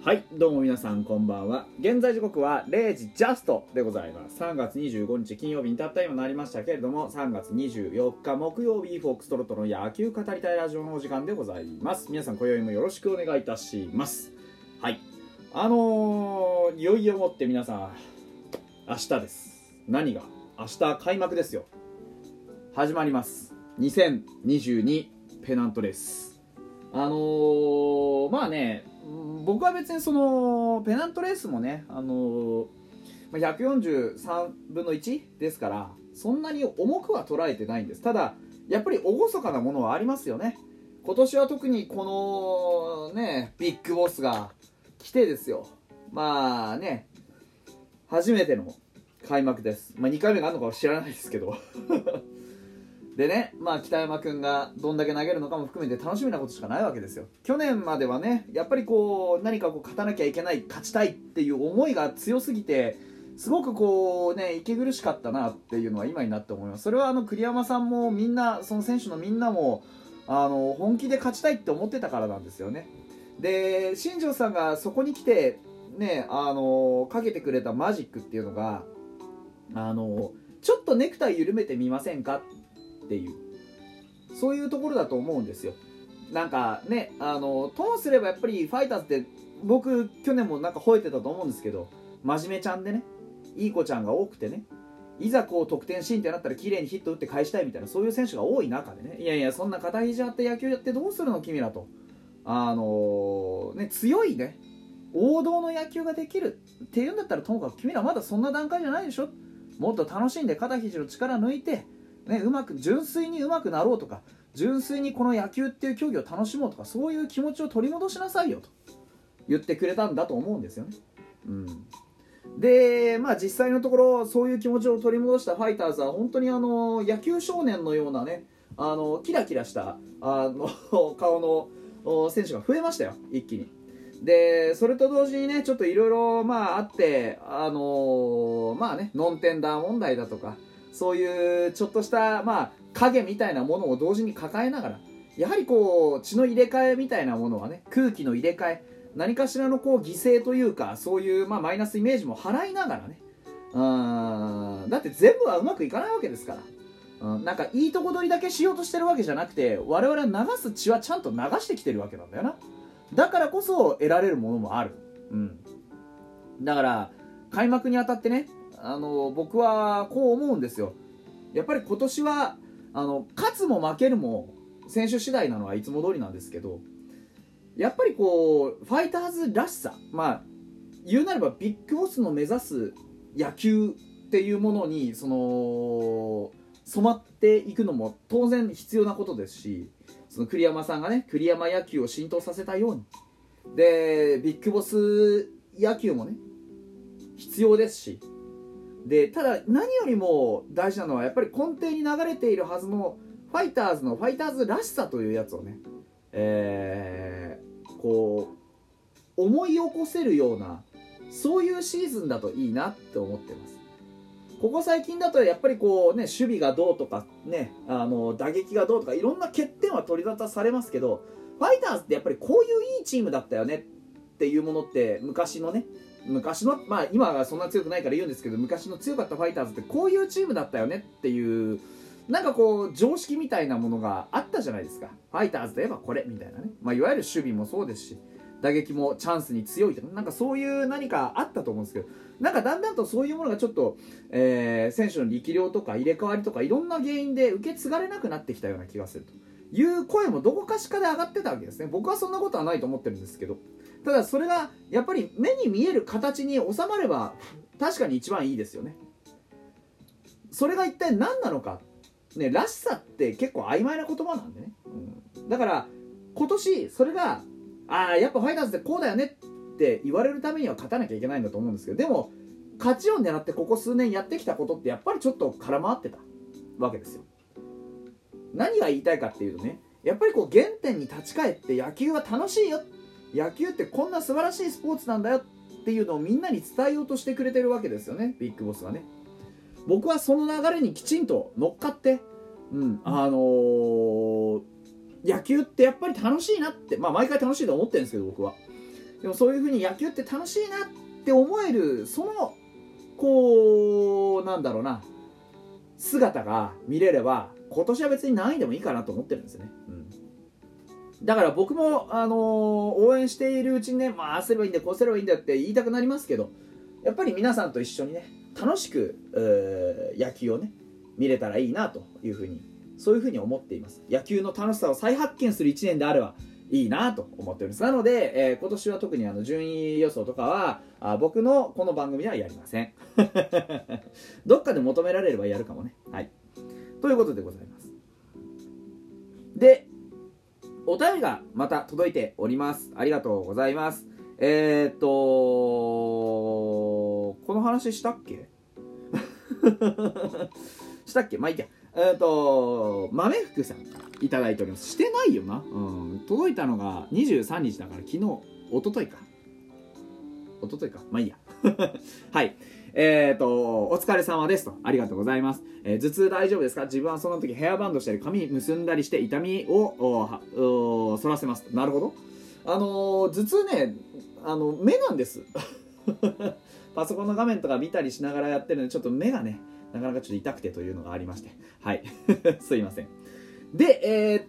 はい、どうも皆さんこんばんは。現在時刻は0時ジャストでございます。3月25日金曜日にたった今なりましたけれども、3月24日木曜日、フォックストロットの野球語りたいラジオのお時間でございます。皆さん今宵もよろしくお願いいたします。はい、いよいよもって皆さん明日です。何が明日開幕ですよ。始まります。2022ペナントレース。まあね、僕は別にそのペナントレースもね、143分の1ですからそんなに重くは捉えてないんです。ただやっぱり厳かなものはありますよね。今年は特にこのねビッグボスが来てですよ。まあね、初めての開幕です。2回目があるのかは知らないですけどでね、北山君がどんだけ投げるのかも含めて楽しみなことしかないわけですよ。去年まではね、やっぱりこう何か勝たなきゃいけない、勝ちたいっていう思いが強すぎて、すごくこうね息苦しかったなっていうのは今になって思います。それは栗山さんもみんな、その選手のみんなも本気で勝ちたいって思ってたからなんですよね。で、新庄さんがそこに来てね、かけてくれたマジックっていうのがちょっとネクタイ緩めてみませんかっていう、そういうところだと思うんですよ。なんかね、ともすればやっぱりファイターズって僕去年もなんか吠えてたと思うんですけど、真面目ちゃんでね、いい子ちゃんが多くてね、いざこう得点シーンってなったら綺麗にヒット打って返したいみたいな、そういう選手が多い中でね、いやいやそんな肩肘張って野球やってどうするの君らと、強いね王道の野球ができるっていうんだったらともかく君らまだそんな段階じゃないでしょ。もっと楽しんで肩肘の力抜いてね、純粋にうまくなろうとか、純粋にこの野球っていう競技を楽しもうとか、そういう気持ちを取り戻しなさいよと言ってくれたんだと思うんですよね。で、実際のところそういう気持ちを取り戻したファイターズは本当に野球少年のようなね、キラキラした顔の選手が増えましたよ、一気に。でそれと同時にね、ちょっといろいろあってノンテンダー問題だとか、そういうちょっとした影みたいなものを同時に抱えながら、やはりこう血の入れ替えみたいなものはね、空気の入れ替え、何かしらのこう犠牲というか、そういうマイナスイメージも払いながらね、だって全部はうまくいかないわけですから、なんかいいとこ取りだけしようとしてるわけじゃなくて、我々は流す血はちゃんと流してきてるわけなんだよな。だからこそ得られるものもある。だから開幕にあたってね、僕はこう思うんですよ。やっぱり今年は勝つも負けるも選手次第なのはいつも通りなんですけど、やっぱりこうファイターズらしさ、言うなればビッグボスの目指す野球っていうものに染まっていくのも当然必要なことですし、その栗山さんがね、栗山野球を浸透させたように、でビッグボス野球もね必要ですし、でただ何よりも大事なのはやっぱり根底に流れているはずのファイターズのファイターズらしさというやつをね、こう思い起こせるような、そういうシーズンだといいなって思ってます。ここ最近だとやっぱりこうね、守備がどうとかね、打撃がどうとかいろんな欠点は取り沙汰されますけど、ファイターズってやっぱりこういういいチームだったよねっていうものって昔の今はそんな強くないから言うんですけど、昔の強かったファイターズってこういうチームだったよねっていう、なんかこう常識みたいなものがあったじゃないですか。ファイターズといえばこれみたいなね、いわゆる守備もそうですし、打撃もチャンスに強いとか、なんかそういう何かあったと思うんですけど、なんかだんだんとそういうものがちょっと、選手の力量とか入れ替わりとかいろんな原因で受け継がれなくなってきたような気がするという声もどこかしかで上がってたわけですね。僕はそんなことはないと思ってるんですけど、ただそれがやっぱり目に見える形に収まれば確かに一番いいですよね。それが一体何なのか、ね、らしさって結構曖昧な言葉なんでね、だから今年それがやっぱファイターズってこうだよねって言われるためには勝たなきゃいけないんだと思うんですけど、でも勝ちを狙ってここ数年やってきたことってやっぱりちょっと空回ってたわけですよ。何が言いたいかっていうとね、やっぱりこう原点に立ち返って野球は楽しいよ、野球ってこんな素晴らしいスポーツなんだよっていうのをみんなに伝えようとしてくれてるわけですよね、ビッグボスがね。僕はその流れにきちんと乗っかって、野球ってやっぱり楽しいなって、毎回楽しいと思ってるんですけど僕はでもそういう風に野球って楽しいなって思える、そのこうなんだろうな、姿が見れれば今年は別に何位でもいいかなと思ってるんですよね。だから僕も、応援しているうちにね、まあ、ああすればいいんだよこうすればいいんだよって言いたくなりますけど、やっぱり皆さんと一緒にね楽しく野球をね見れたらいいなというふうに、そういうふうに思っています。野球の楽しさを再発見する1年であればいいなと思っております。なので、今年は特に順位予想とかは僕のこの番組ではやりませんどっかで求められればやるかもね。はい、ということでございます。で、お便りがまた届いております。ありがとうございます。この話したっけしたっけ、まあいいや。豆福さんいただいております。してないよな。届いたのが23日だから昨日、一昨日か。まあいいや。はい。お疲れ様ですと。ありがとうございます。頭痛大丈夫ですか？自分はその時ヘアバンドしたり髪結んだりして痛みをそらせますと。なるほど。頭痛ね、目なんですパソコンの画面とか見たりしながらやってるので、ちょっと目がねなかなかちょっと痛くてというのがありまして、はいすいません。で、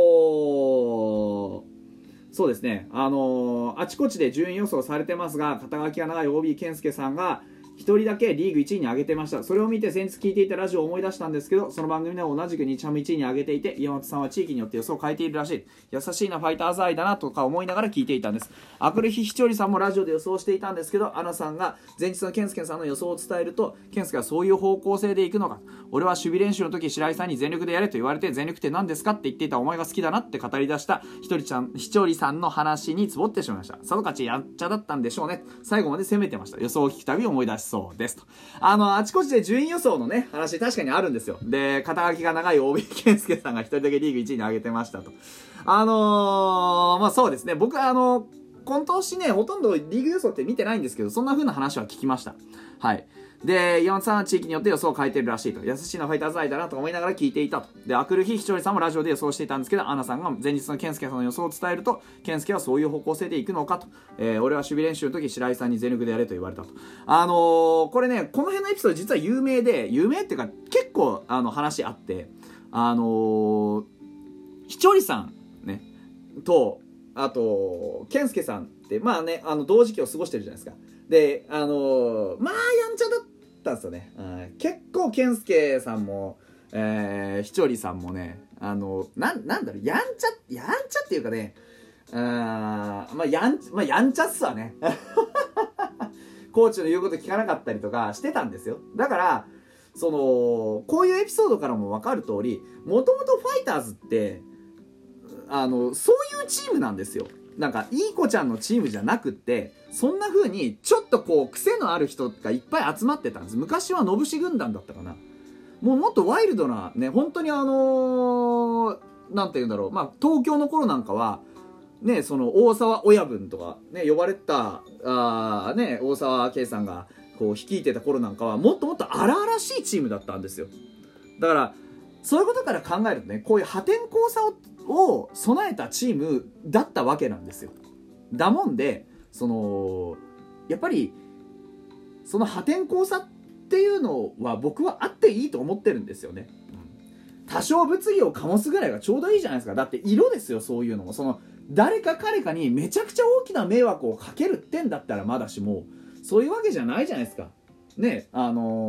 そうですね、あちこちで順位予想されてますが、肩書きが長い OB 健介さんが一人だけリーグ1位に上げてました。それを見て先日聞いていたラジオを思い出したんですけど、その番組では同じく日ハム1位に上げていて、岩本さんは地域によって予想を変えているらしい。優しいなファイターズ愛だなとか思いながら聞いていたんです。あくる日ひちょりさんもラジオで予想していたんですけど、アナさんが前日の健介さんの予想を伝えると、健介はそういう方向性でいくのか、俺は守備練習の時白井さんに全力でやれと言われて、全力って何ですかって言っていたお前が好きだなって語り出したひちょりさんの話につぼってしまいました。さぞかちやっちゃだったんでしょうね。最後まで攻めてました。予想を聞くたび思い出しそうですと。あちこちで順位予想のね話確かにあるんですよ。で、肩書きが長い OB 健介さんが一人だけリーグ1位に上げてましたと。まあそうですね、僕今年ねほとんどリーグ予想って見てないんですけど、そんな風な話は聞きました。はい。で、岩本さんは地域によって予想を変えてるらしいと。優しいなファイターズ愛だなと思いながら聞いていたと。で、あくる日ひちょりさんもラジオで予想していたんですけど、アナさんが前日の健介さんの予想を伝えると、健介はそういう方向性でいくのかと。俺は守備練習の時白井さんに全力でやれと言われたと。これね、この辺のエピソード実は有名っていうか結構話あって、ひちょりさんねと、あと健介さんってまあね同時期を過ごしてるじゃないですか。でまあやんちゃだったんですよね。結構健介さんもひちょりさんもねなんだろう、やんちゃっていうかね、まあやんちゃっすわねコーチの言うこと聞かなかったりとかしてたんですよ。だからこういうエピソードからも分かる通り、もともとファイターズってそういうチームなんですよ。なんかいい子ちゃんのチームじゃなくって、そんな風にちょっとこう癖のある人がいっぱい集まってたんです。昔は野節軍団だったかな。もっとワイルドなね、本当になんて言うんだろう、まあ東京の頃なんかはね、その大沢親分とかね呼ばれたね、大沢圭さんがこう率いてた頃なんかはもっともっと荒々しいチームだったんですよ。だからそういうことから考えるとね、こういう破天荒さを備えたチームだったわけなんですよ。だもんでやっぱりその破天荒さっていうのは僕はあっていいと思ってるんですよね。多少物議を醸すぐらいがちょうどいいじゃないですか。だって色ですよ、そういうのも。誰か彼かにめちゃくちゃ大きな迷惑をかけるってんだったらまだしも、そういうわけじゃないじゃないですかね。まあ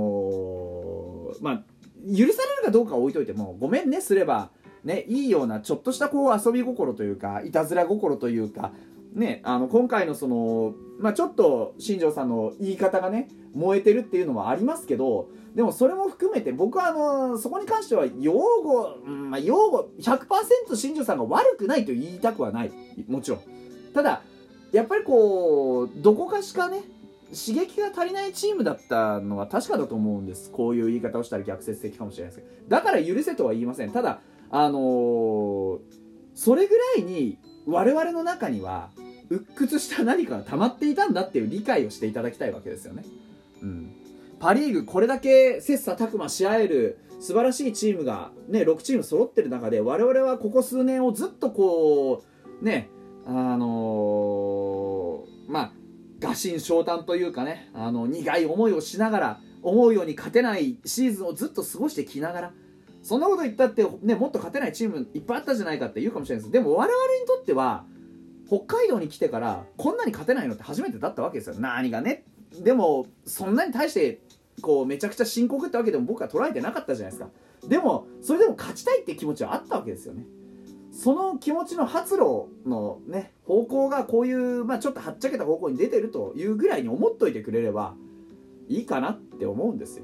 許されるかどうかは置いといても、ごめんねすればね、いいようなちょっとしたこう遊び心というかいたずら心というかね、今回のちょっと新庄さんの言い方がね燃えてるっていうのはありますけど、でもそれも含めて僕はそこに関しては擁護 100% 新庄さんが悪くないと言いたくはない。もちろんただやっぱりこうどこかしかね刺激が足りないチームだったのは確かだと思うんです。こういう言い方をしたら逆説的かもしれないですけど、だから許せとは言いません。ただそれぐらいに我々の中には鬱屈した何かが溜まっていたんだっていう理解をしていただきたいわけですよね。パリーグこれだけ切磋琢磨し合える素晴らしいチームがね6チーム揃ってる中で、我々はここ数年をずっとこうね臥薪嘗胆というかね、苦い思いをしながら、思うように勝てないシーズンをずっと過ごしてきながら、そんなこと言ったってね、もっと勝てないチームいっぱいあったじゃないかって言うかもしれないです。でも我々にとっては北海道に来てからこんなに勝てないのって初めてだったわけですよ。何がね。でもそんなに対してこうめちゃくちゃ深刻ってわけでも僕は捉えてなかったじゃないですか。でもそれでも勝ちたいって気持ちはあったわけですよね。その気持ちの発露のね方向がこういう、ちょっとはっちゃけた方向に出てるというぐらいに思っといてくれればいいかなって思うんですよ。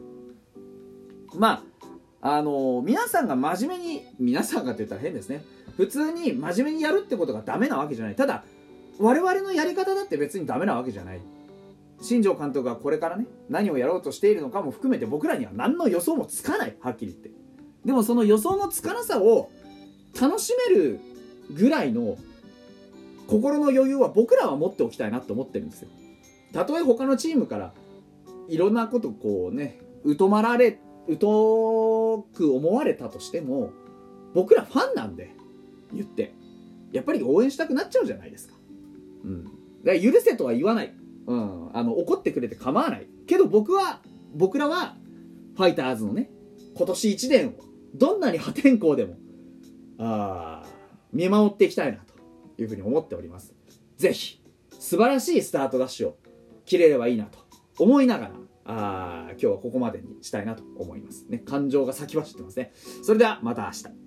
皆さんが真面目に、皆さんがって言ったら変ですね、普通に真面目にやるってことがダメなわけじゃない。ただ我々のやり方だって別にダメなわけじゃない。新庄監督がこれからね何をやろうとしているのかも含めて僕らには何の予想もつかない、はっきり言って。でもその予想のつかなさを楽しめるぐらいの心の余裕は僕らは持っておきたいなと思ってるんですよ。たとえ他のチームからいろんなことこうね疎く思われたとしても、僕らファンなんで言ってやっぱり応援したくなっちゃうじゃないですか。だから許せとは言わない、怒ってくれて構わないけど、僕らはファイターズのね今年1年をどんなに破天荒でも見守っていきたいなというふうに思っております。ぜひ素晴らしいスタートダッシュを切れればいいなと思いながら今日はここまでにしたいなと思いますね。感情が先走ってますね。それではまた明日。